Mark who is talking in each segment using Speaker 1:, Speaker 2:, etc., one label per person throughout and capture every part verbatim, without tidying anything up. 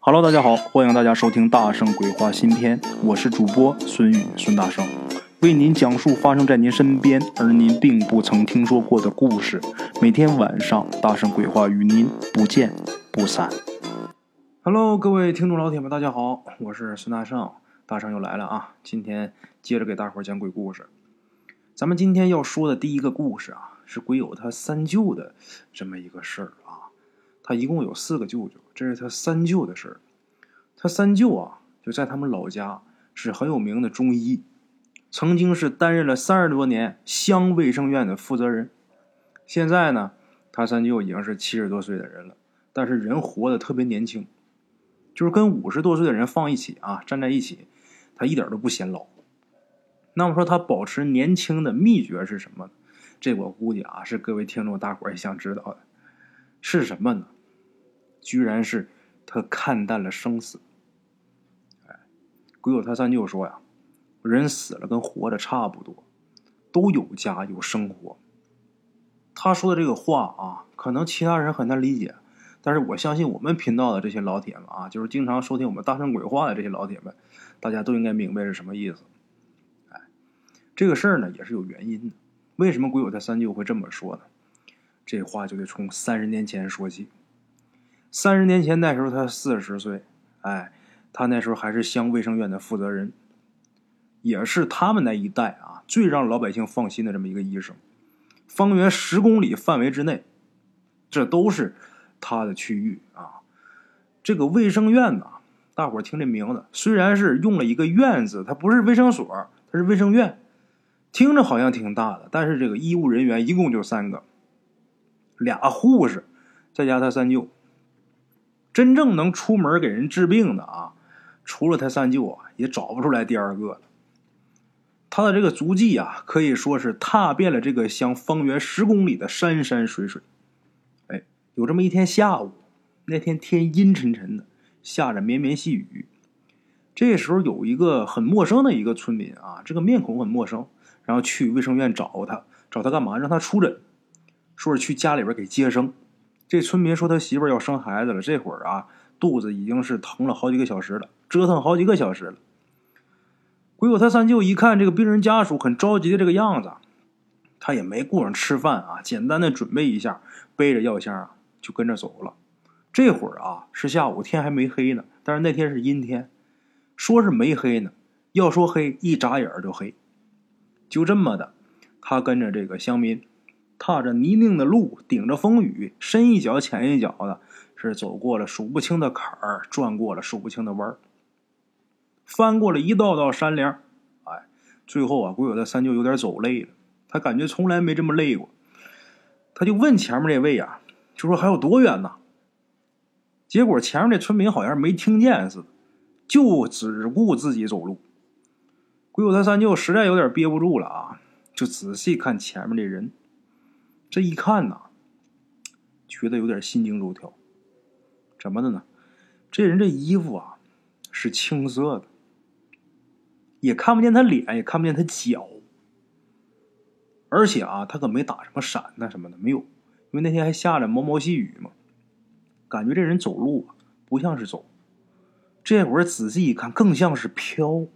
Speaker 1: Hello， 大家好，欢迎大家收听大圣鬼话新篇，我是主播孙宇，孙大圣，为您讲述发生在您身边而您并不曾听说过的故事。每天晚上大圣鬼话与您不见不散。Hello， 各位听众老铁们，大家好，我是孙大圣，大圣又来了啊！今天接着给大伙讲鬼故事。咱们今天要说的第一个故事啊，是鬼友他三舅的这么一个事儿啊。他一共有四个舅舅，这是他三舅的事儿。他三舅啊，就在他们老家是很有名的中医，曾经是担任了三十多年乡卫生院的负责人。现在呢，他三舅已经是七十多岁的人了，但是人活得特别年轻，就是跟五十多岁的人放一起啊，站在一起，他一点都不显老。那么说他保持年轻的秘诀是什么呢？这我估计啊，是各位听众大伙儿也想知道的，是什么呢？居然是他看淡了生死。哎，鬼友他三舅说呀，人死了跟活着差不多，都有家有生活。他说的这个话啊，可能其他人很难理解，但是我相信我们频道的这些老铁们啊，就是经常收听我们大圣鬼话的这些老铁们，大家都应该明白是什么意思。哎，这个事儿呢也是有原因的。为什么鬼友他三舅会这么说呢？这话就得从三十年前说起。三十年前那时候他四十岁，哎，他那时候还是乡卫生院的负责人，也是他们那一带啊最让老百姓放心的这么一个医生。方圆十公里范围之内，这都是他的区域啊。这个卫生院呢，大伙儿听这名字，虽然是用了一个院字，它不是卫生所，它是卫生院，听着好像挺大的，但是这个医务人员一共就三个，俩护士，再加他三舅。真正能出门给人治病的啊，除了他三舅啊，也找不出来第二个了。他的这个足迹啊，可以说是踏遍了这个乡方圆十公里的山山水水。哎，有这么一天下午，那天天阴沉沉的，下着绵绵细雨。这时候有一个很陌生的一个村民啊，这个面孔很陌生，然后去卫生院找他，找他干嘛？让他出诊，说是去家里边给接生。这村民说他媳妇儿要生孩子了，这会儿啊肚子已经是疼了好几个小时了，折腾好几个小时了。鬼友他三舅一看这个病人家属很着急的这个样子，他也没顾上吃饭啊，简单的准备一下，背着药箱啊就跟着走了。这会儿啊是下午，天还没黑呢，但是那天是阴天，说是没黑呢，要说黑一眨眼就黑。就这么的，他跟着这个乡民踏着泥泞的路，顶着风雨，深一脚浅一脚的，是走过了数不清的坎儿，转过了数不清的弯儿，翻过了一道道山梁。哎，最后啊，鬼友的三舅有点走累了，他感觉从来没这么累过，他就问前面这位啊，就说还有多远呢？结果前面这村民好像没听见似的，就只顾自己走路。鬼友他三舅实在有点憋不住了啊，就仔细看前面这人。这一看呐，觉得有点心惊肉跳。怎么的呢？这人这衣服啊是青色的，也看不见他脸，也看不见他脚，而且啊他可没打什么伞呐什么的，没有，因为那天还下着毛毛细雨嘛。感觉这人走路啊不像是走，这会儿仔细一看更像是飘。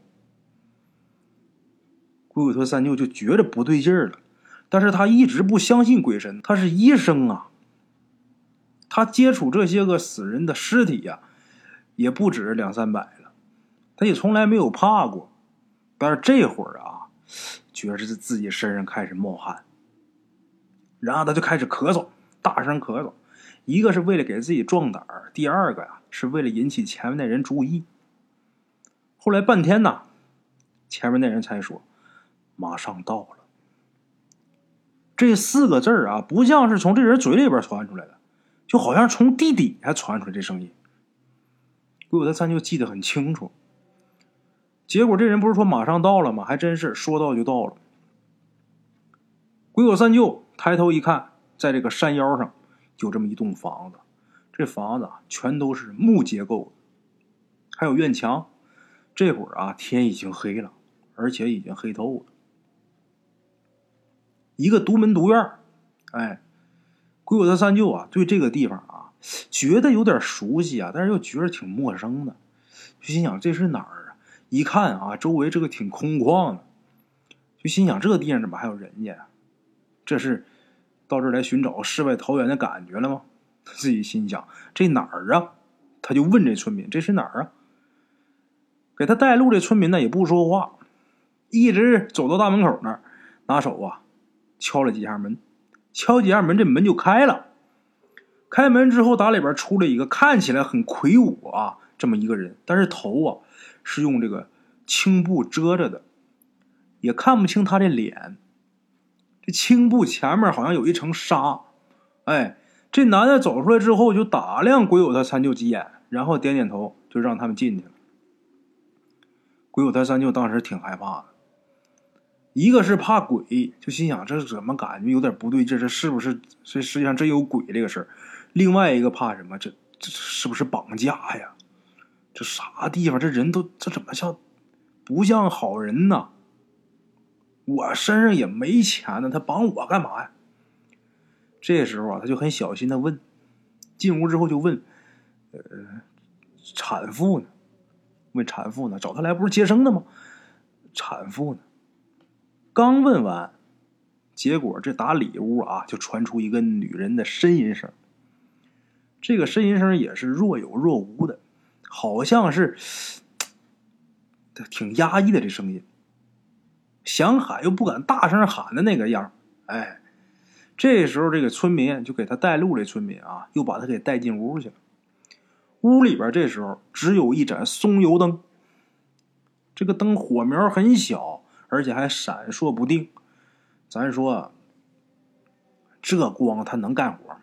Speaker 1: 鬼鬼头三舅就觉着不对劲儿了，但是他一直不相信鬼神，他是医生啊，他接触这些个死人的尸体呀、啊，也不止两三百了，他也从来没有怕过。但是这会儿啊，觉着自己身上开始冒汗，然后他就开始咳嗽，大声咳嗽。一个是为了给自己壮胆儿，第二个呀是为了引起前面那人注意。后来半天呢，前面那人才说马上到了。这四个字儿啊，不像是从这人嘴里边传出来的，就好像从地底下传出来这声音。鬼友他三舅记得很清楚。结果这人不是说马上到了吗？还真是说到就到了。鬼友三舅抬头一看，在这个山腰上有这么一栋房子，这房子啊全都是木结构的，还有院墙。这会儿啊天已经黑了，而且已经黑透了。一个独门独院，哎，鬼友他三舅啊对这个地方啊觉得有点熟悉啊，但是又觉得挺陌生的，就心想这是哪儿啊？一看啊，周围这个挺空旷的，就心想这个地方怎么还有人家呀？这是到这儿来寻找世外桃源的感觉了吗？自己心想这哪儿啊？他就问这村民这是哪儿啊？给他带路这村民呢也不说话，一直走到大门口那儿，拿手啊敲了几下门，敲几下门这门就开了。开门之后打里边出了一个看起来很魁梧啊这么一个人，但是头啊是用这个青布遮着的，也看不清他这脸。这青布前面好像有一层纱。哎，这男的走出来之后就打量鬼友他三舅几眼，然后点点头就让他们进去了。鬼友他三舅当时挺害怕的，一个是怕鬼，就心想这怎么感觉有点不对劲，这是不是这世界上真有鬼这个事儿？另外一个怕什么？这这是不是绑架呀？这啥地方？这人都这怎么像不像好人呢？我身上也没钱呢，他绑我干嘛呀？这时候啊，他就很小心的问，进屋之后就问，呃，产妇呢？问产妇呢？找他来不是接生的吗？产妇呢？刚问完，结果这打里屋啊，就传出一个女人的呻吟声。这个呻吟声也是若有若无的，好像是挺压抑的这声音，想喊又不敢大声喊的那个样。哎，这时候这个村民就给他带路，这村民啊又把他给带进屋去了。屋里边这时候只有一盏松油灯，这个灯火苗很小，而且还闪烁不定。咱说这光他能干活吗？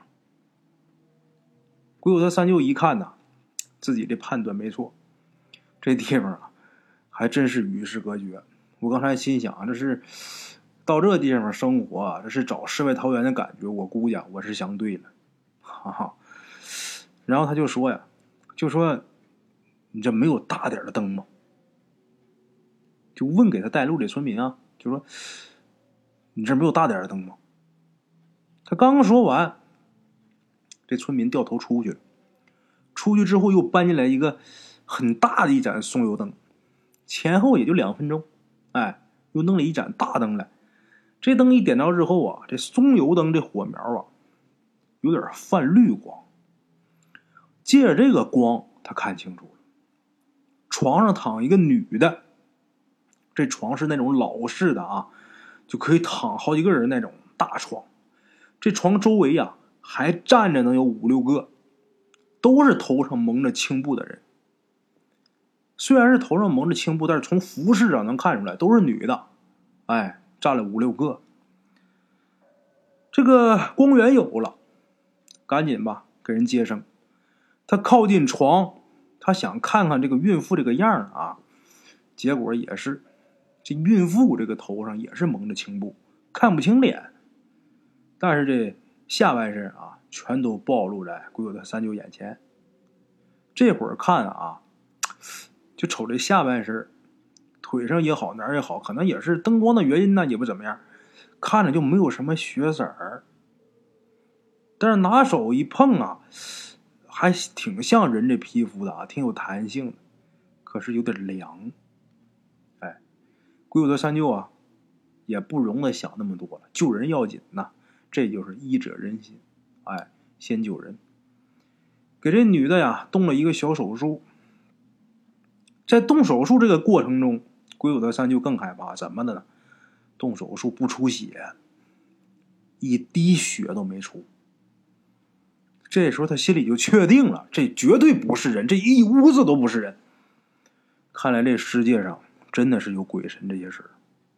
Speaker 1: 鬼友他三舅一看呐，自己的判断没错，这地方啊还真是与世隔绝。我刚才心想这是到这地方生活啊，这是找世外桃源的感觉，我估计啊我是想对了，哈哈。然后他就说呀，就说你这没有大点的灯吗？就问给他带路的村民啊，就说你这没有大点的灯吗？他刚说完，这村民掉头出去了。出去之后又搬进来一个很大的一盏松油灯，前后也就两分钟，哎，又弄了一盏大灯来。这灯一点着之后啊，这松油灯这火苗啊，有点泛绿光。借着这个光，他看清楚了，床上躺一个女的。这床是那种老式的啊，就可以躺好几个人那种大床。这床周围啊，还站着能有五六个，都是头上蒙着青布的人。虽然是头上蒙着青布，但是从服饰上能看出来都是女的。哎，站了五六个。这个光源有了，赶紧吧给人接生。他靠近床，他想看看这个孕妇这个样啊，结果也是这孕妇这个头上也是蒙着青布，看不清脸，但是这下半身啊全都暴露在鬼友的三舅眼前。这会儿看啊，就瞅这下半身，腿上也好哪儿也好，可能也是灯光的原因呢，也不怎么样，看着就没有什么血色儿，但是拿手一碰啊，还挺像人这皮肤的啊，挺有弹性的，可是有点凉。哎，鬼友的三舅啊也不容得想那么多了，救人要紧呐，这就是医者仁心。哎，先救人。给这女的呀动了一个小手术。在动手术这个过程中，鬼友的三舅更害怕，怎么的呢？动手术不出血，一滴血都没出。这时候他心里就确定了，这绝对不是人，这一屋子都不是人。看来这世界上真的是有鬼神这些事儿。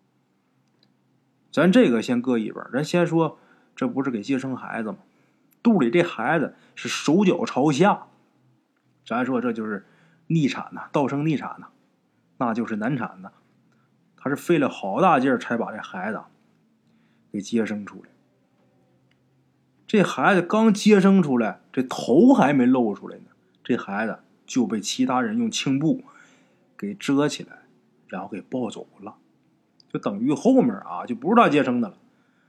Speaker 1: 咱这个先搁一边，咱先说，这不是给接生孩子吗？肚里这孩子是手脚朝下，咱说这就是逆产呐，倒生逆产呐，那就是难产呐。他是费了好大劲儿才把这孩子给接生出来。这孩子刚接生出来，这头还没露出来呢，这孩子就被其他人用青布给遮起来，然后给抱走了，就等于后面啊就不是他接生的了。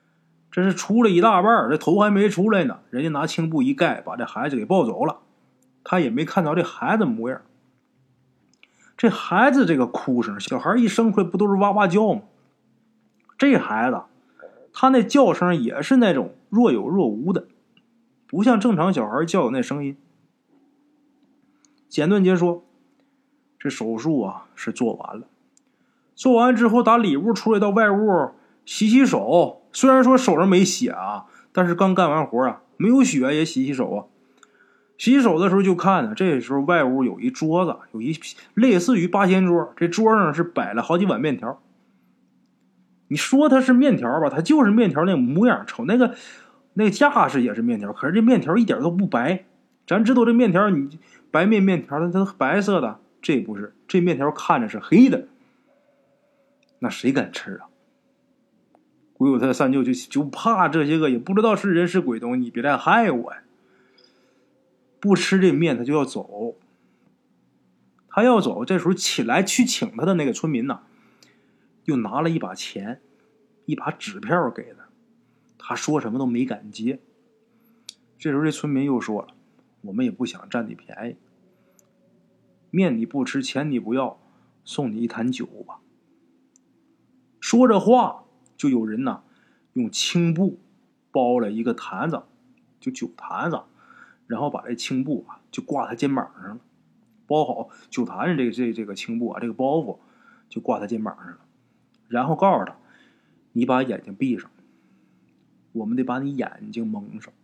Speaker 1: 这是出了一大半，这头还没出来呢，人家拿青布一盖，把这孩子给抱走了。他也没看到这孩子模样。这孩子这个哭声，小孩一生出来不都是哇哇叫吗？这孩子他那叫声也是那种若有若无的，不像正常小孩叫有那声音。简短截说，这手术啊是做完了，做完之后打里屋出来到外屋洗洗手，虽然说手上没血啊，但是刚干完活啊，没有血也洗洗手啊。洗手的时候就看呢，这时候外屋有一桌子，有一类似于八仙桌，这桌上是摆了好几碗面条。你说它是面条吧，它就是面条那模样，瞅那个那个架势也是面条，可是这面条一点都不白。咱知道这面条，你白面面条它是白色的，这不是，这面条看着是黑的，那谁敢吃啊？鬼友他三舅就就怕这些个也不知道是人是鬼东西，你别再害我呀！不吃这面他就要走，他要走，这时候起来去请他的那个村民呢，又拿了一把钱，一把纸票给他，他说什么都没敢接。这时候这村民又说了，我们也不想占你便宜，面你不吃，钱你不要，送你一坛酒吧。说着话，就有人呢用青布包了一个坛子，就酒坛子，然后把这青布啊就挂他肩膀上了，包好酒坛子这个这这个青布啊，这个包袱就挂他肩膀上了，然后告诉他，你把眼睛闭上，我们得把你眼睛蒙上。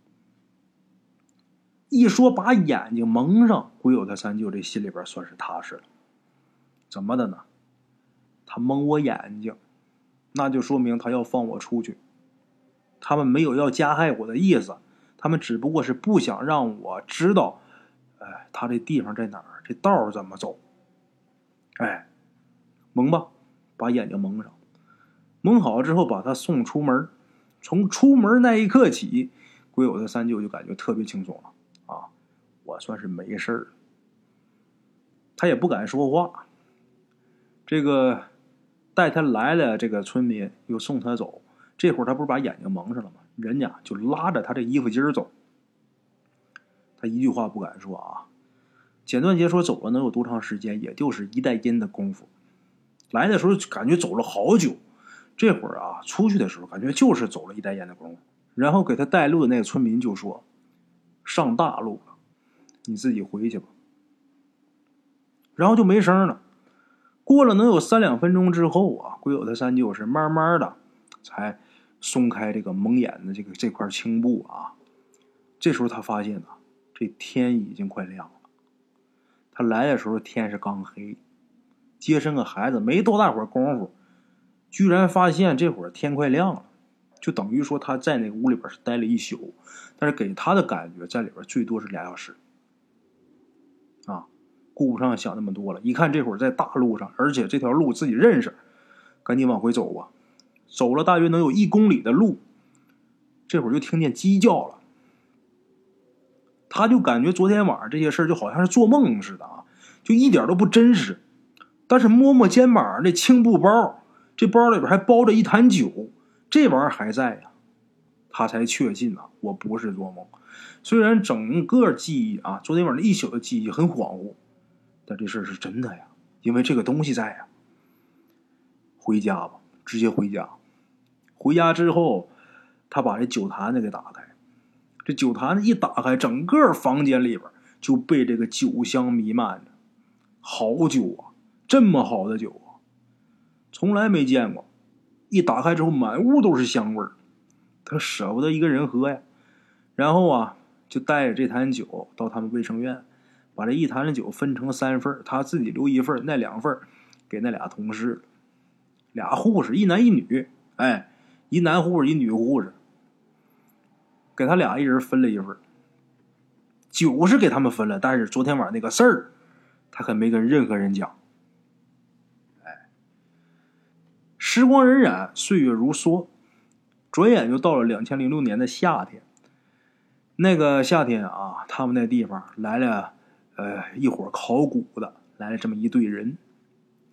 Speaker 1: 一说把眼睛蒙上，鬼友他三舅这心里边算是踏实了。怎么的呢？他蒙我眼睛，那就说明他要放我出去。他们没有要加害我的意思，他们只不过是不想让我知道，哎，他这地方在哪儿，这道怎么走。哎，蒙吧，把眼睛蒙上。蒙好之后，把他送出门。从出门那一刻起，鬼友的三舅就感觉特别轻松了啊，我算是没事儿。他也不敢说话。这个带他来的这个村民又送他走，这会儿他不是把眼睛蒙上了吗？人家就拉着他这衣服襟走，他一句话不敢说啊。简短截说，走了能有多长时间？也就是一袋烟的功夫。来的时候感觉走了好久，这会儿啊出去的时候感觉就是走了一袋烟的功夫。然后给他带路的那个村民就说，上大路了，你自己回去吧。然后就没声了。过了能有三两分钟之后啊，鬼友他三舅是慢慢的才松开这个蒙眼的这个这块青布啊。这时候他发现啊，这天已经快亮了。他来的时候天是刚黑，接生个孩子没多大会儿功夫，居然发现这会儿天快亮了，就等于说他在那个屋里边是待了一宿，但是给他的感觉在里边最多是俩小时啊。顾不上想那么多了，一看这会儿在大路上，而且这条路自己认识，赶紧往回走吧。走了大约能有一公里的路，这会儿就听见鸡叫了。他就感觉昨天晚上这些事儿就好像是做梦似的啊，就一点都不真实。但是摸摸肩膀这青布包，这包里边还包着一坛酒，这玩意儿还在呀，他才确信啊，我不是做梦。虽然整个记忆啊，昨天晚上一宿的记忆很恍惚，但这事儿是真的呀，因为这个东西在呀。回家吧，直接回家。回家之后，他把这酒坛子给打开。这酒坛子一打开，整个房间里边就被这个酒香弥漫着。好酒啊，这么好的酒啊，从来没见过。一打开之后，满屋都是香味儿。他舍不得一个人喝呀，然后啊，就带着这坛酒到他们卫生院，把这一坛的酒分成三份，他自己留一份，那两份给那俩同事，俩护士，一男一女，哎，一男护士一女护士，给他俩一人分了一份。酒是给他们分了，但是昨天晚上那个事儿，他可没跟任何人讲。哎，时光荏苒，岁月如梭，转眼就到了两千零六年的夏天。那个夏天啊，他们那地方来了呃一伙考古的，来了这么一队人。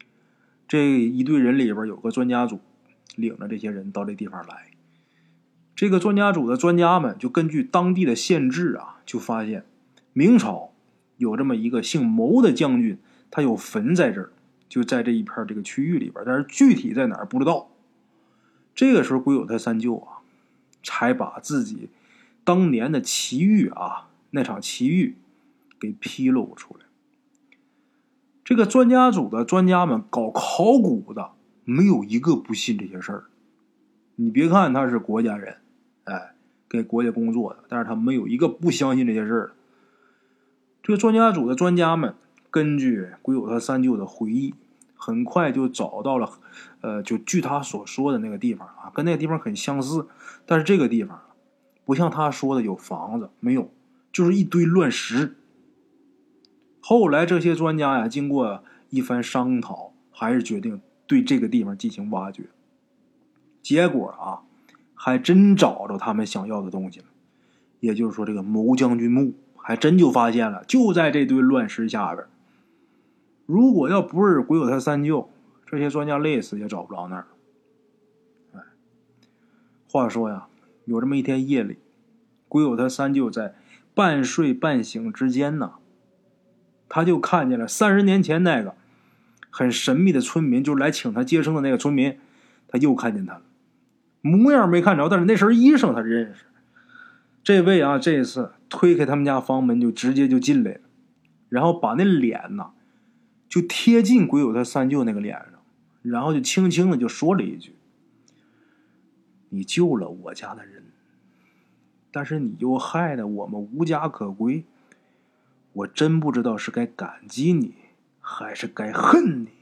Speaker 1: 这一队人里边有个专家组，领着这些人到这地方来。 这个专家组的专家们就根据当地的县志啊，就发现明朝有这么一个姓牟的将军，他有坟在这儿，就在这一片这个区域里边，但是具体在哪儿不知道。这个时候鬼友他三舅啊，才把自己当年的奇遇啊，那场奇遇给披露出来。这个专家组的专家们搞考古的，没有一个不信这些事儿。你别看他是国家人，哎，给国家工作的，但是他没有一个不相信这些事儿的。这个专家组的专家们根据鬼友他三舅的回忆，很快就找到了，呃，就据他所说的那个地方啊，跟那个地方很相似，但是这个地方不像他说的有房子，没有，就是一堆乱石。后来这些专家呀，经过一番商讨，还是决定对这个地方进行挖掘。结果啊，还真找着他们想要的东西了，也就是说，这个牟将军墓还真就发现了，就在这堆乱石下边。如果要不是鬼友他三舅，这些专家累死也找不着那儿。哎，话说呀，有这么一天夜里，鬼友他三舅在半睡半醒之间呢，他就看见了三十年前那个很神秘的村民，就是来请他接生的那个村民，他又看见他了。模样没看着，但是那身衣裳他认识。这位啊，这次推开他们家房门就直接就进来了，然后把那脸呐就贴近鬼友他三舅那个脸上，然后就轻轻的就说了一句：你救了我家的人，但是你又害得我们无家可归，我真不知道是该感激你还是该恨你。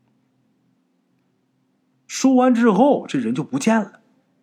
Speaker 1: 说完之后这人就不见了。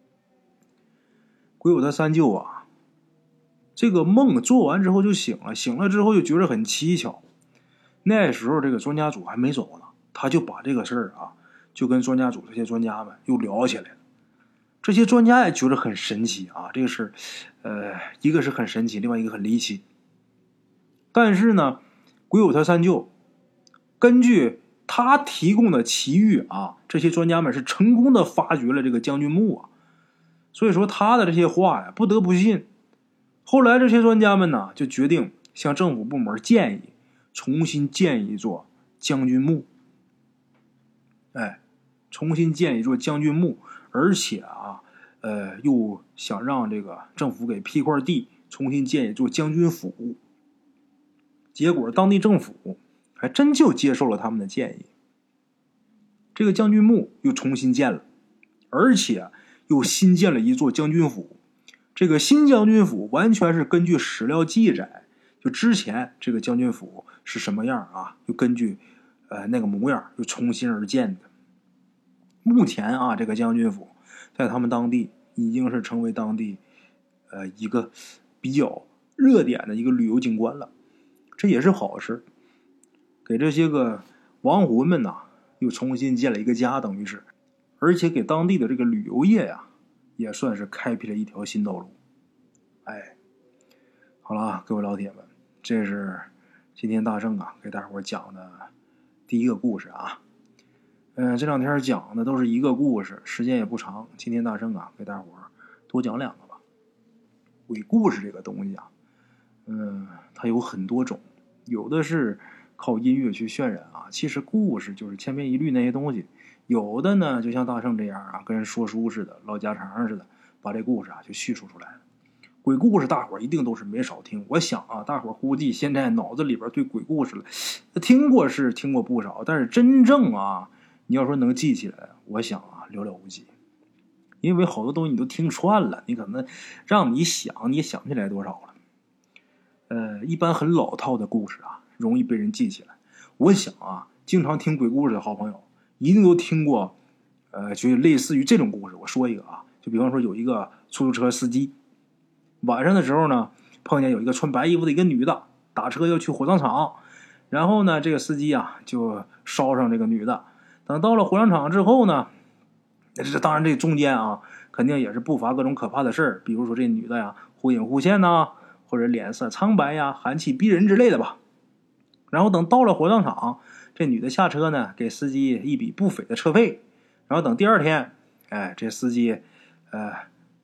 Speaker 1: 鬼友他三舅啊，这个梦做完之后就醒了，醒了之后就觉得很蹊跷。那时候这个专家组还没走呢，他就把这个事儿啊，就跟专家组这些专家们又聊起来了。这些专家也觉得很神奇啊，这个事呃，一个是很神奇，另外一个很离奇。但是呢，鬼友他三舅根据他提供的奇遇啊，这些专家们是成功的发掘了这个将军墓啊，所以说他的这些话呀，不得不信。后来这些专家们呢，就决定向政府部门建议，重新建一座将军墓。哎，重新建一座将军墓，而且啊，呃，又想让这个政府给批块地，重新建一座将军府。结果当地政府还真就接受了他们的建议，这个将军墓又重新建了，而且又新建了一座将军府。这个新将军府完全是根据史料记载，就之前这个将军府是什么样啊，就根据呃那个模样又重新而建的。目前啊，这个将军府在他们当地已经是成为当地呃一个比较热点的一个旅游景观了，这也是好事，给这些个亡魂们呐又重新建了一个家，等于是，而且给当地的这个旅游业呀也算是开辟了一条新道路。哎，好了啊，各位老铁们，这是今天大圣啊给大伙讲的第一个故事啊。嗯、呃，这两天讲的都是一个故事，时间也不长。今天大圣啊给大伙多讲两个吧。鬼故事这个东西啊，嗯、呃，它有很多种，有的是靠音乐去渲染啊，其实故事就是千篇一律那些东西。有的呢，就像大圣这样啊，跟人说书似的，唠家常似的，把这故事啊就叙述出来了。鬼故事大伙儿一定都是没少听，我想啊，大伙儿估计现在脑子里边对鬼故事了，听过是听过不少，但是真正啊，你要说能记起来，我想啊，寥寥无几。因为好多东西你都听串了，你可能让你想，你也想不起来多少了。呃，一般很老套的故事啊，容易被人记起来。我想啊，经常听鬼故事的好朋友，一定都听过，呃，就类似于这种故事。我说一个啊，就比方说有一个出租车司机，晚上的时候呢，碰见有一个穿白衣服的一个女的，打车要去火葬场，然后呢，这个司机啊就捎上这个女的。等到了火葬场之后呢，这当然这中间啊，肯定也是不乏各种可怕的事儿，比如说这女的呀忽隐忽现呐，或者脸色苍白呀、寒气逼人之类的吧。然后等到了火葬场，这女的下车呢，给司机一笔不菲的车费。然后等第二天，哎，这司机，呃，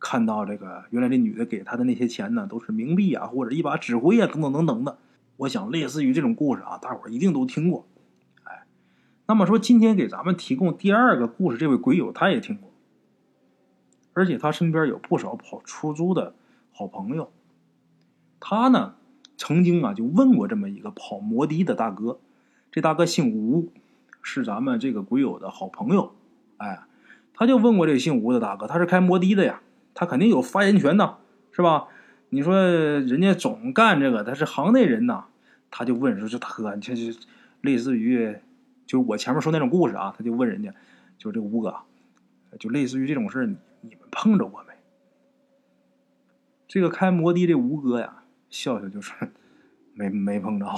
Speaker 1: 看到这个原来这女的给他的那些钱呢，都是冥币啊，或者一把纸灰啊，等等等等的。我想类似于这种故事啊，大伙儿一定都听过。哎，那么说今天给咱们提供第二个故事，这位鬼友他也听过，而且他身边有不少跑出租的好朋友。他呢曾经啊就问过这么一个跑摩的的大哥，这大哥姓吴，是咱们这个鬼友的好朋友。哎，他就问过这姓吴的大哥，他是开摩的的呀，他肯定有发言权呐，是吧？你说人家总干这个，他是行内人呐，他就问说：“这大哥，这就类似于，就是我前面说那种故事啊。”他就问人家，就这个吴哥，就类似于这种事你你们碰着过没？这个开摩的这吴哥呀，笑笑就说：“没没碰着。”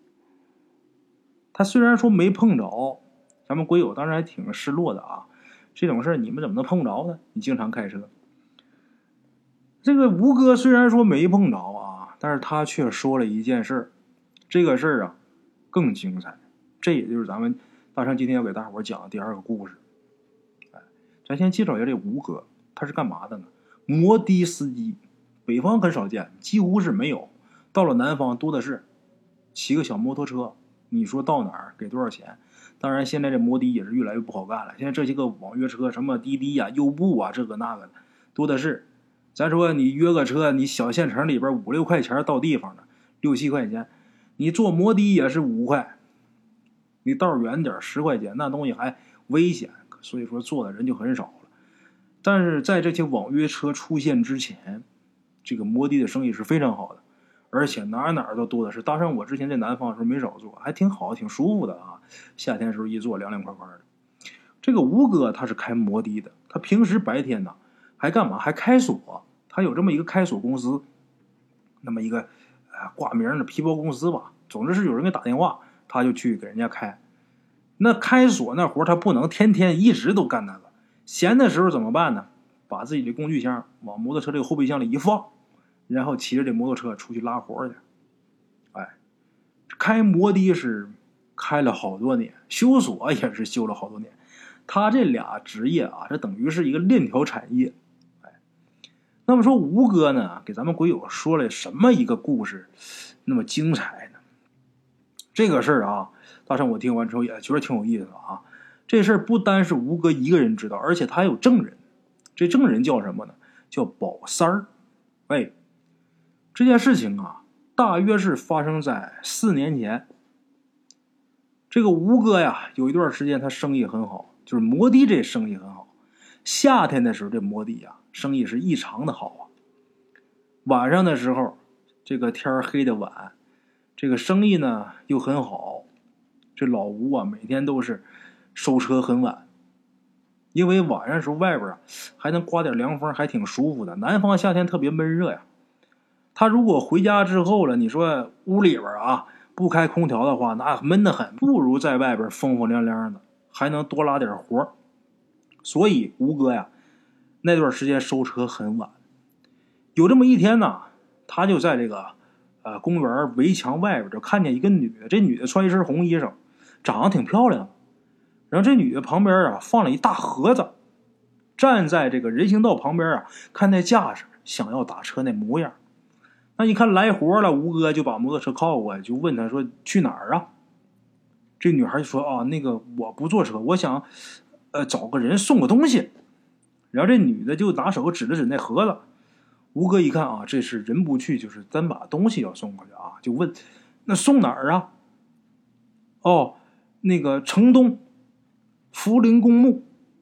Speaker 1: 他虽然说没碰着，咱们鬼友当然还挺失落的啊。这种事你们怎么能碰不着呢？你经常开车。这个吴哥虽然说没碰着啊，但是他却说了一件事，这个事儿啊更精彩。这也就是咱们大圣今天要给大伙讲的第二个故事。哎，咱先介绍一下这吴哥，他是干嘛的呢？摩的司机，北方很少见，几乎是没有，到了南方多的是。骑个小摩托车，你说到哪儿给多少钱？当然现在这摩的也是越来越不好干了，现在这些个网约车什么滴滴呀、优步啊，这个那个的多的是。咱说你约个车，你小县城里边五六块钱到地方的，六七块钱，你坐摩的也是五块，你道远点十块钱，那东西还危险，所以说坐的人就很少了。但是在这些网约车出现之前，这个摩的的生意是非常好的，而且哪哪都多的是。大圣我之前在南方的时候没少坐，还挺好，挺舒服的啊。夏天的时候一坐凉凉快快的。这个吴哥他是开摩的的，他平时白天呢还干嘛？还开锁。他有这么一个开锁公司，那么一个呃挂名的皮包公司吧。总之是有人给打电话，他就去给人家开。那开锁那活他不能天天一直都干那个，闲的时候怎么办呢？把自己的工具箱往摩托车这个后备箱里一放，然后骑着这摩托车出去拉活去。哎，开摩的是开了好多年，修锁也是修了好多年。他这俩职业啊，这等于是一个链条产业。那么说吴哥呢给咱们鬼友说了什么一个故事那么精彩呢？这个事儿啊，大圣我听完之后也觉得挺有意思的啊。这事儿不单是吴哥一个人知道，而且他还有证人。这证人叫什么呢？叫宝三儿。哎，这件事情啊大约是发生在四年前。这个吴哥呀有一段时间他生意很好，就是摩的这生意很好。夏天的时候这摩的呀生意是异常的好啊。晚上的时候这个天黑的晚，这个生意呢又很好。这老吴啊每天都是收车很晚，因为晚上的时候外边啊还能刮点凉风，还挺舒服的。南方夏天特别闷热呀。他如果回家之后了，你说屋里边啊不开空调的话，那闷得很，不如在外边风风凉凉的，还能多拉点活。所以吴哥呀那段时间收车很晚。有这么一天呢，他就在这个呃公园围墙外边就看见一个女的，这女的穿一身红衣裳，长得挺漂亮。然后这女的旁边啊放了一大盒子，站在这个人行道旁边啊，看那架势，想要打车那模样。那一看来活了，吴哥就把摩托车靠过来，就问他说去哪儿啊？这女孩就说啊，那个我不坐车，我想呃找个人送个东西。然后这女的就拿手指了指那盒子。吴哥一看啊，这是人不去就是咱把东西要送过去啊，就问那送哪儿啊？哦，那个城东福陵公墓。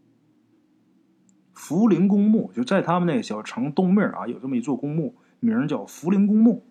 Speaker 1: 福陵公墓就在他们那个小城东面啊，有这么一座公墓，名叫福陵公墓。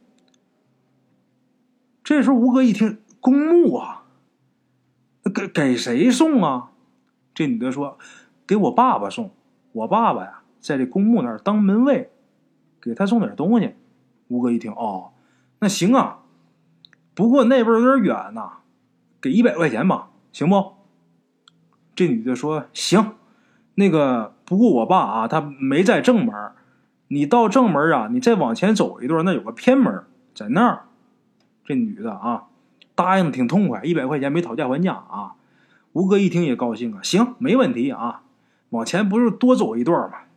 Speaker 1: 这时候吴哥一听公墓啊，给给谁送啊？这女的说给我爸爸送，我爸爸呀在这公墓那儿当门卫，给他送点东西。吴哥一听哦，那行啊，不过那边有点远呐、啊，给一百块钱吧，行不？这女的说行，那个不过我爸啊他没在正门，你到正门啊你再往前走一段，那有个偏门在那儿。这女的啊答应的挺痛快，一百块钱没讨价还价啊。吴哥一听也高兴啊，行没问题啊，往前不是多走一段吗？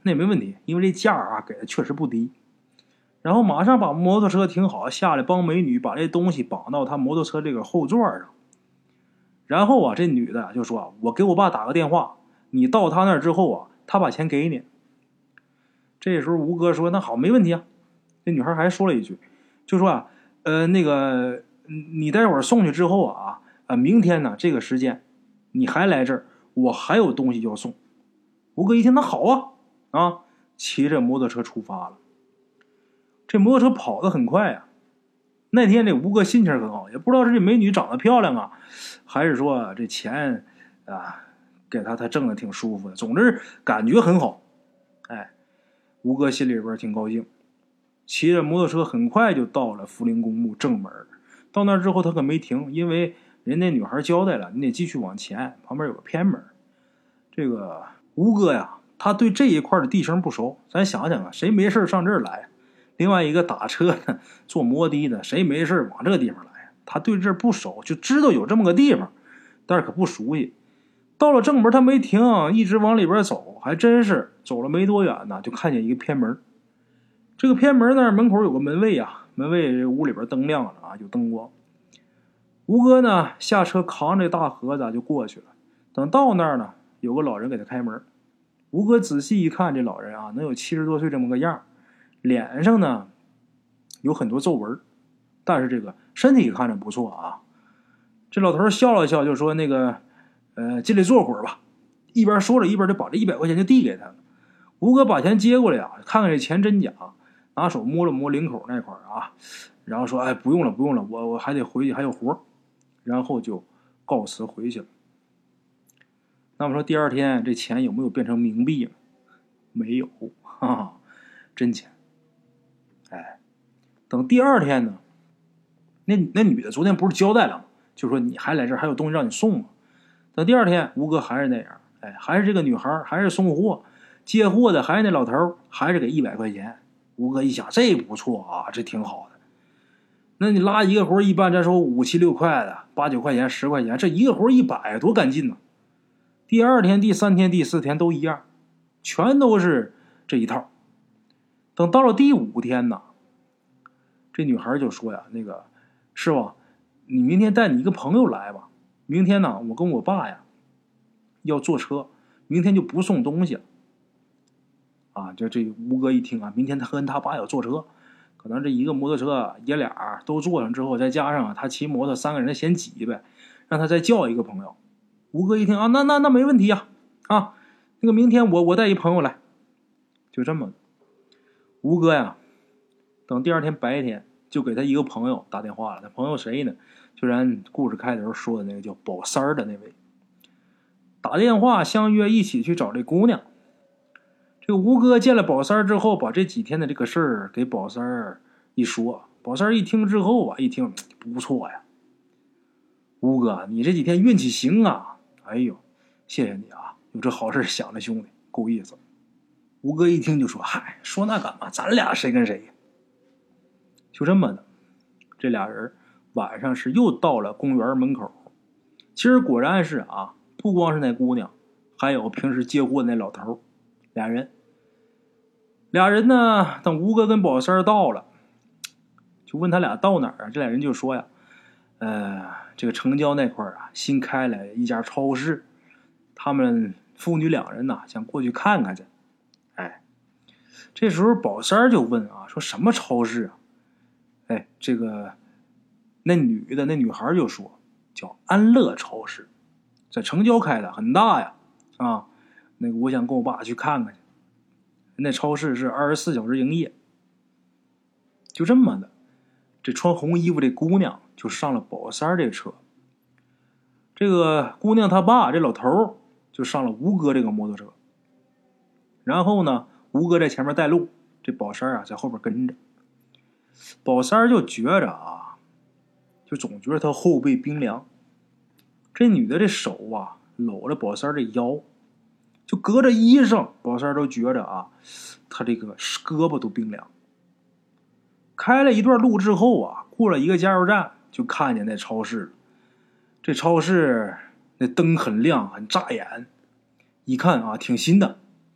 Speaker 1: 那也没问题，因为这价啊给的确实不低。然后马上把摩托车停好，下来帮美女把这东西绑到他摩托车这个后座上。然后啊，这女的就说：“我给我爸打个电话，你到他那儿之后啊，他把钱给你。”这时候吴哥说：“那好，没问题啊。”这女孩还说了一句，就说啊，呃，那个你待会儿送去之后啊，啊，明天呢这个时间你还来这儿，我还有东西要送。吴哥一听，那好啊，啊，骑着摩托车出发了。这摩托车跑得很快啊。那天这吴哥心情很好，也不知道是这美女长得漂亮啊，还是说这钱啊给他他挣的挺舒服的，总之感觉很好。哎，吴哥心里边挺高兴，骑着摩托车很快就到了福陵公墓正门。到那之后他可没停，因为人那女孩交代了，你得继续往前，旁边有个偏门。这个吴哥呀，他对这一块的地形不熟，咱想想啊，谁没事上这儿来？另外一个打车的坐摩的的，谁没事往这个地方来？他对这儿不熟，就知道有这么个地方，但是可不熟悉。到了正门他没停，一直往里边走，还真是走了没多远呢，就看见一个偏门。这个偏门那儿门口有个门卫啊，门卫屋里边灯亮了啊，有灯光。吴哥呢下车扛着大盒子就过去了。等到那儿呢，有个老人给他开门。吴哥仔细一看，这老人啊能有七十多岁这么个样，脸上呢有很多皱纹，但是这个身体看着不错啊。这老头笑了笑，就说：“那个，呃，进来坐会儿吧。”一边说着，一边就把这一百块钱就递给他了。吴哥把钱接过来啊，看看这钱真假，拿手摸了摸领口那块啊，然后说：“哎，不用了，不用了，我我还得回去，还有活。”然后就告辞回去了。那么说第二天这钱有没有变成冥币呢？没有，哈哈，真钱。哎，等第二天呢，那那女的昨天不是交代了吗？就说你还来这儿，还有东西让你送吗？等第二天，吴哥还是那样，哎，还是这个女孩，还是送货，接货的还是那老头，还是给一百块钱。吴哥一想，这不错啊，这挺好的。那你拉一个活一般咱说五七六块的，八九块钱，十块钱，这一个活一百，多干劲呢。第二天、第三天、第四天都一样，全都是这一套。等到了第五天呢，这女孩就说呀：“那个师傅，你明天带你一个朋友来吧。明天呢，我跟我爸呀要坐车，明天就不送东西了。”啊，就这吴哥一听啊，明天他跟他爸要坐车，可能这一个摩托车爷俩都坐上之后，再加上他骑摩托，三个人嫌挤呗，让他再叫一个朋友。吴哥一听啊，那那那没问题呀，啊，那个明天我我带一朋友来，就这么。吴哥呀，等第二天白天就给他一个朋友打电话了。他朋友谁呢？就咱故事开头说的那个叫宝三儿的那位。打电话相约一起去找这姑娘。这个吴哥见了宝三儿之后，把这几天的这个事儿给宝三儿一说。宝三儿一听之后啊，一听不错呀，吴哥，你这几天运气行啊！哎呦，谢谢你啊，有这好事想着兄弟，够意思。吴哥一听就说：“嗨，说那干嘛？咱俩谁跟谁呀？”就这么的，这俩人晚上是又到了公园门口。其实果然是啊，不光是那姑娘，还有平时接货的那老头，俩人。俩人呢，等吴哥跟宝三到了，就问他俩到哪儿啊？这俩人就说呀：“呃，这个城郊那块啊，新开了一家超市，他们父女两人呐，想过去看看去。”哎，这时候宝三就问啊，说什么超市啊？哎，这个那女的那女孩就说叫安乐超市，在城郊开的，很大呀。啊，那个我想跟我爸去看看去。那超市是二十四小时营业。就这么的，这穿红衣服这姑娘就上了宝三这车。这个姑娘她爸这老头就上了吴哥这个摩托车。然后呢，吴哥在前面带路，这宝三啊在后边跟着。宝三就觉着啊，就总觉得他后背冰凉。这女的这手啊搂着宝三这腰，就隔着衣裳，宝三都觉着啊，他这个胳膊都冰凉。开了一段路之后啊，过了一个加油站，就看见那超市了。这超市那灯很亮，很扎眼，一看啊挺新的，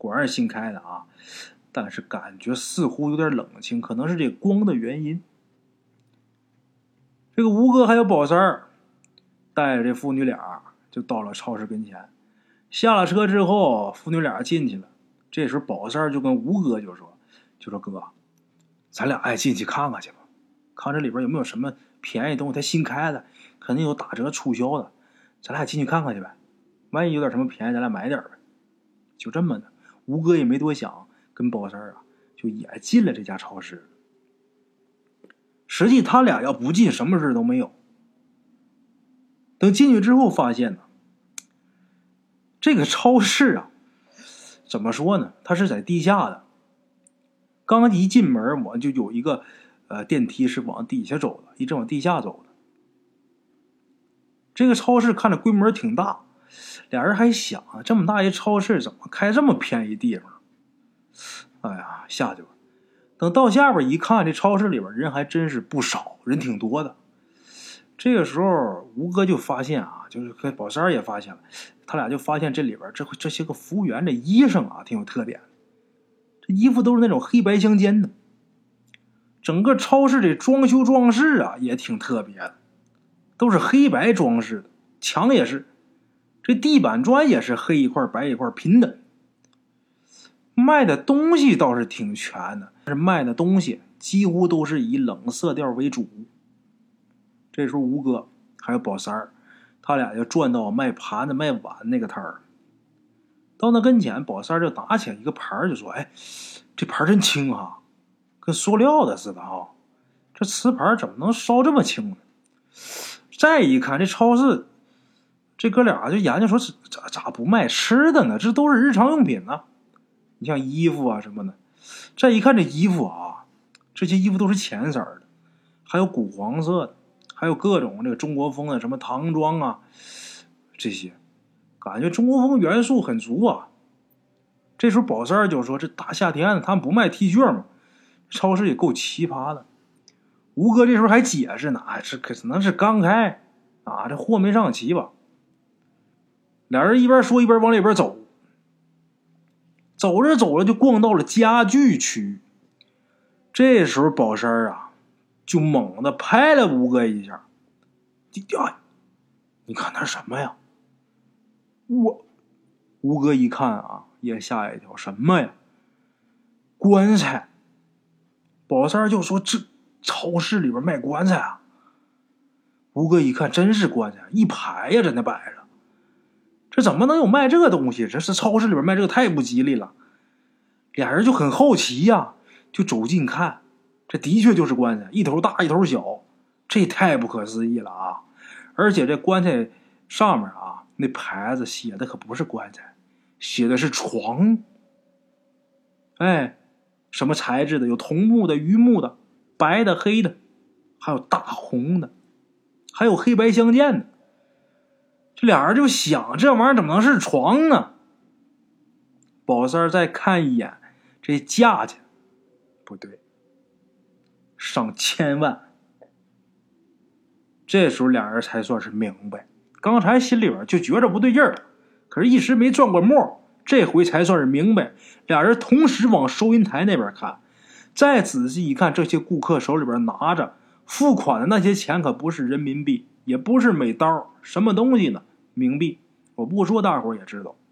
Speaker 1: 果然是新开的啊，但是感觉似乎有点冷清，可能是这光的原因。这个吴哥还有宝三儿带着这父女俩就到了超市跟前，下了车之后，父女俩进去了。这时候宝三儿就跟吴哥就说：“就说哥，咱俩爱进去看看去吧，看这里边有没有什么便宜东西，它新开的，肯定有打折促销的，咱俩进去看看去呗。万一有点什么便宜，咱俩买点呗。”就这么的，吴哥也没多想，跟宝三儿啊就也进了这家超市。实际他俩要不进，什么事都没有。等进去之后，发现呢，这个超市啊，怎么说呢？它是在地下的。刚刚一进门，我就有一个呃电梯是往底下走的，一直往地下走的。这个超市看着规模挺大，俩人还想啊，这么大一超市怎么开这么偏一地方？哎呀，下去吧。等到下边一看，这超市里边人还真是不少，人挺多的。这个时候吴哥就发现啊，就是跟宝三儿也发现了，他俩就发现这里边这这些个服务员这衣裳啊挺有特点的，这衣服都是那种黑白相间的。整个超市这装修装饰啊也挺特别的，都是黑白装饰的，墙也是，这地板砖也是黑一块白一块平的。卖的东西倒是挺全的，但是卖的东西几乎都是以冷色调为主。这时候吴哥还有宝三儿，他俩就转到卖盘子卖碗那个摊儿。到那跟前，宝三儿就拿起来一个盘儿，就说：“哎，这盘真轻啊，跟塑料的似的啊！这瓷盘怎么能烧这么轻呢？”再一看，这超市这哥俩就研究说：“咋咋不卖吃的呢？这都是日常用品呢。你像衣服啊什么的。”再一看这衣服啊，这些衣服都是浅色的，还有古黄色的，还有各种这个中国风的什么唐装啊，这些感觉中国风元素很足啊。这时候宝三儿就说：“这大夏天的，他们不卖 T 恤吗？超市也够奇葩的。”吴哥这时候还解释呢：“哎，这可能是刚开啊，这货没上齐吧。”俩人一边说一边往里边走。走着走着就逛到了家具区。这时候宝三儿啊就猛地拍了吴哥一下：“哎，你看那是什么呀？”我吴哥一看啊也吓一跳：“什么呀？”“棺材。”宝三儿就说：“这超市里边卖棺材啊？”吴哥一看真是棺材，一排呀在那摆着。这怎么能有卖这个东西？这是超市里边卖这个太不吉利了。俩人就很好奇呀、啊，就走近看，这的确就是棺材，一头大一头小，这太不可思议了啊！而且这棺材上面啊，那牌子写的可不是棺材，写的是床。哎，什么材质的？有桐木的、榆木的、白的、黑的，还有大红的，还有黑白相间的。这俩人就想，这玩意儿怎么能是床呢？宝三儿再看一眼这价钱，不对，上千万。这时候俩人才算是明白，刚才心里边就觉着不对劲儿了，可是一时没转过末，这回才算是明白。俩人同时往收银台那边看，再仔细一看，这些顾客手里边拿着付款的那些钱可不是人民币，也不是美刀，什么东西呢？冥币。我不说大伙也知道。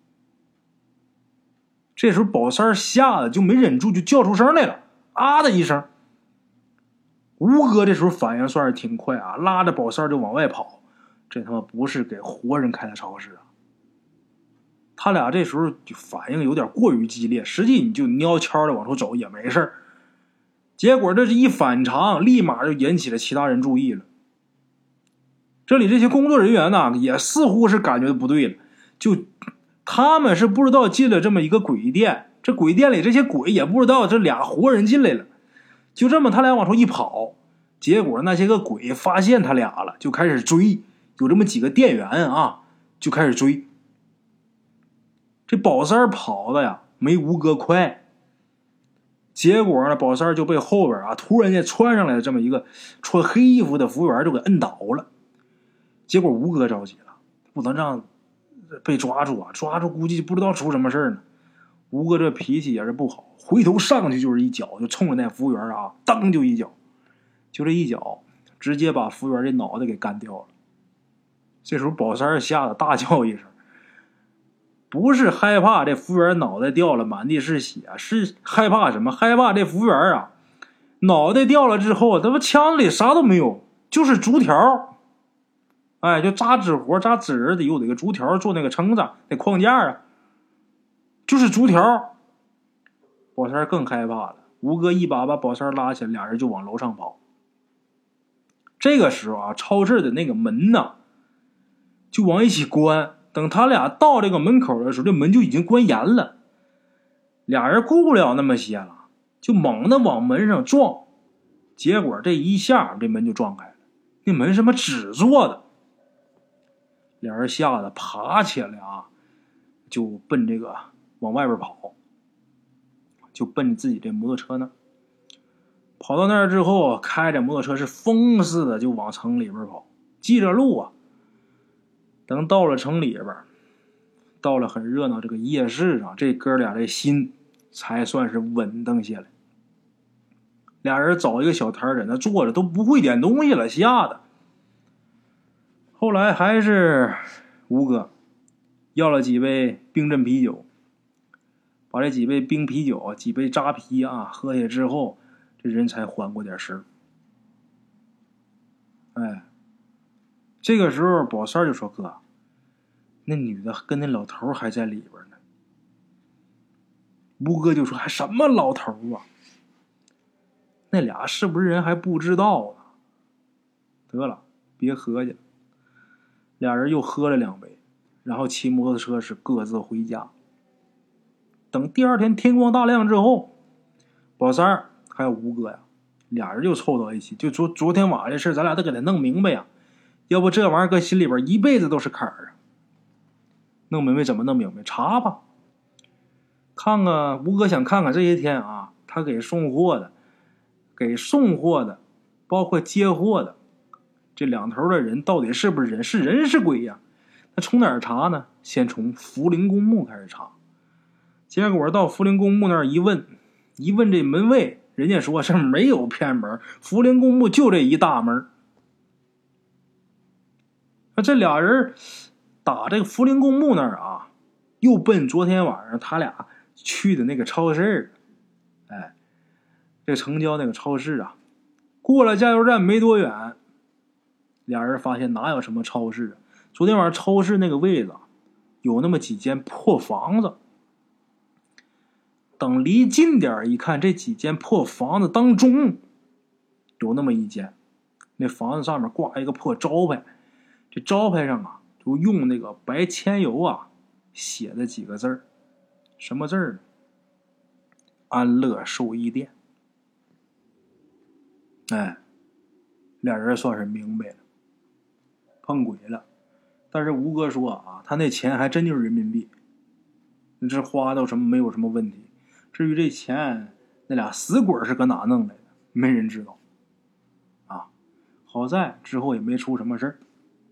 Speaker 1: 这时候宝三儿吓得就没忍住，就叫出声来了，啊的一声。吴哥这时候反应算是挺快啊，拉着宝三儿就往外跑。这他妈不是给活人开的超市啊！他俩这时候就反应有点过于激烈，实际你就蔫悄的往出走也没事儿。结果这是一反常，立马就引起了其他人注意了。这里这些工作人员呢，也似乎是感觉不对了，就他们是不知道进了这么一个鬼店，这鬼店里这些鬼也不知道这俩活人进来了，就这么他俩往出一跑，结果那些个鬼发现他俩了，就开始追，有这么几个店员啊，就开始追。这宝三儿跑的呀，没吴哥快。结果呢，宝三儿就被后边啊突然间穿上来的这么一个穿黑衣服的服务员就给摁倒了。结果吴哥着急了，不能让被抓住啊！抓住估计不知道出什么事儿呢。 吴哥这脾气也是不好，回头上去就是一脚，就冲着那服务员啊，当就一脚，就这一脚，直接把服务员这脑袋给干掉了。这时候宝三吓得大叫一声，不是害怕这服务员脑袋掉了满地是血，是害怕什么？害怕这服务员啊，脑袋掉了之后，他妈枪里啥都没有，就是竹条。哎，就扎纸活扎纸人得有那个竹条做那个撑子那框架啊，就是竹条。宝三更害怕了，吴哥一把把宝三拉起来，俩人就往楼上跑。这个时候啊，超市的那个门呢就往一起关，等他俩到这个门口的时候，这门就已经关严了。俩人顾不了那么些了，就猛地往门上撞，结果这一下这门就撞开了。那门什么纸做的，俩人吓得爬起来啊，就奔这个往外边跑，就奔自己这摩托车那儿。跑到那儿之后，开着摩托车是疯似的就往城里边跑，记着路啊。等到了城里边，到了很热闹这个夜市上，这哥俩这心才算是稳当下来。俩人找一个小摊在那坐着，都不会点东西了，吓得。后来还是吴哥要了几杯冰镇啤酒，把这几杯冰啤酒几杯扎啤啊喝下之后，这人才缓过点神。哎，这个时候宝三就说：“哥，那女的跟那老头还在里边呢。”吴哥就说：“还什么老头啊？那俩是不是人还不知道呢？得了，别合计了。”俩人又喝了两杯，然后骑摩托车是各自回家。等第二天天光大亮之后，宝三儿还有吴哥呀，俩人就凑到一起，就昨昨天晚上的事咱俩得给他弄明白呀，要不这玩意儿搁心里边一辈子都是坎儿啊。弄明白怎么弄明白？查吧，看看吴哥想看看这些天啊，他给送货的，给送货的，包括接货的。这两头的人到底是不是人？是人是鬼呀？那从哪儿查呢？先从福陵公墓开始查。结果到福陵公墓那儿一问，一问这门卫，人家说是没有偏门，福陵公墓就这一大门。那这俩人打这个福陵公墓那儿啊，又奔昨天晚上他俩去的那个超市。哎，这城郊那个超市啊，过了加油站没多远。俩人发现哪有什么超市啊？昨天晚上超市那个位子有那么几间破房子。等离近点一看，这几间破房子当中有那么一间，那房子上面挂一个破招牌，这招牌上啊就用那个白铅油啊写的几个字儿，什么字儿呢？安乐寿衣店。哎，俩人算是明白了，碰鬼了。但是吴哥说啊，他那钱还真就是人民币，你这花到什么没有什么问题。至于这钱，那俩死鬼是搁哪弄来的，没人知道啊。好在之后也没出什么事儿。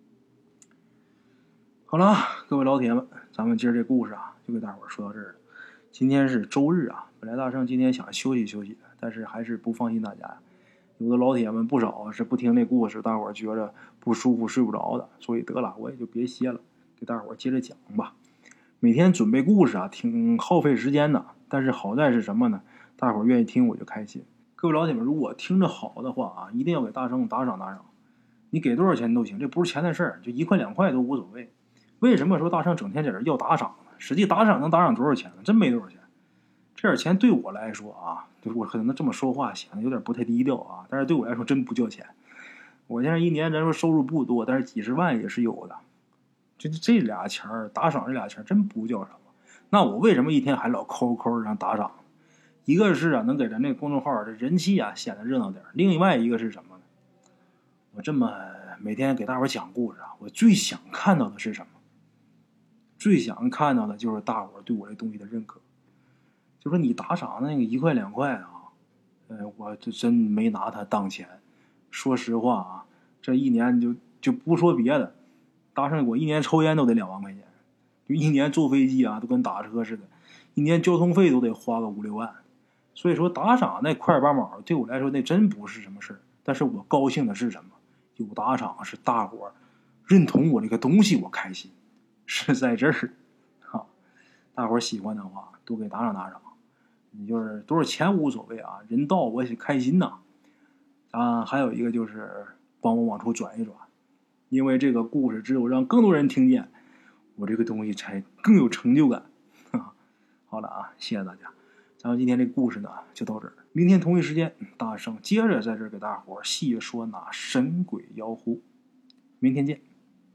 Speaker 1: 好了，各位老铁们，咱们今儿这故事啊，就给大伙儿说到这儿了。今天是周日啊，本来大圣今天想休息休息的，但是还是不放心大家。有的老铁们不少是不听这故事，大伙儿觉着不舒服睡不着的，所以得了，我也就别歇了，给大伙儿接着讲吧。每天准备故事啊，挺耗费时间的，但是好在是什么呢？大伙儿愿意听我就开心。各位老铁们，如果听着好的话啊，一定要给大圣打赏打赏。你给多少钱都行，这不是钱的事儿，就一块两块都无所谓。为什么说大圣整天在这要打赏呢？实际打赏能打赏多少钱呢？真没多少钱。这点钱对我来说啊，我可能这么说话显得有点不太低调啊，但是对我来说真不叫钱。我现在一年咱说收入不多，但是几十万也是有的。这这俩钱儿打赏，这俩钱真不叫什么。那我为什么一天还老抠抠让打赏？一个是啊，能给咱这个公众号的人气啊显得热闹点；另外一个是什么呢？我这么每天给大伙讲故事啊，我最想看到的是什么？最想看到的就是大伙对我这东西的认可。就说你打赏那个一块两块啊，呃，我这真没拿它当钱。说实话啊，这一年就就不说别的，大圣我一年抽烟都得两万块钱，就一年坐飞机啊，都跟打车似的， 一年交通费都得花个五六万。所以说打赏那块八毛对我来说那真不是什么事儿。但是我高兴的是什么？有打赏是大伙认同我这个东西，我开心，是在这儿。哈，大伙喜欢的话多给打赏打赏，你就是多少钱无所谓啊，人到我也开心呐。啊，还有一个就是帮我往出转一转，因为这个故事只有让更多人听见，我这个东西才更有成就感。好了啊，谢谢大家。咱们今天这故事呢就到这儿，明天同一时间大圣接着在这儿给大伙细说那神鬼妖狐，明天见。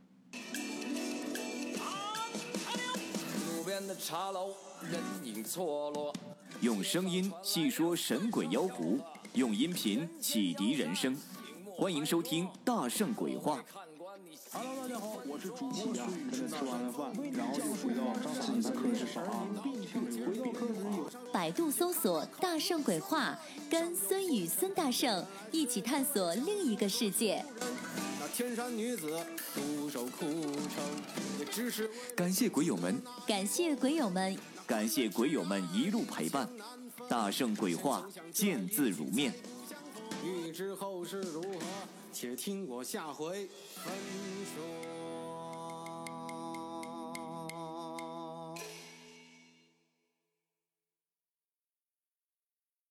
Speaker 2: 路边的茶楼人影错落，用声音细说神鬼妖狐，用音频启迪人生，欢迎收听大圣鬼话。
Speaker 3: Hello， 大家好，我是主播呀。跟着吃完了饭，然后就回到自己的课室上啊。回到课室有
Speaker 4: 百度搜索“大圣鬼话”，跟孙宇、孙大圣一起探索另一个世界。
Speaker 5: 那天山女子独守枯城，也只是
Speaker 2: 感谢鬼友们，
Speaker 4: 感谢鬼友们，
Speaker 2: 感谢鬼友们一路陪伴。大圣鬼话，见字如面。
Speaker 5: 欲知后事如何，且听我下回分说。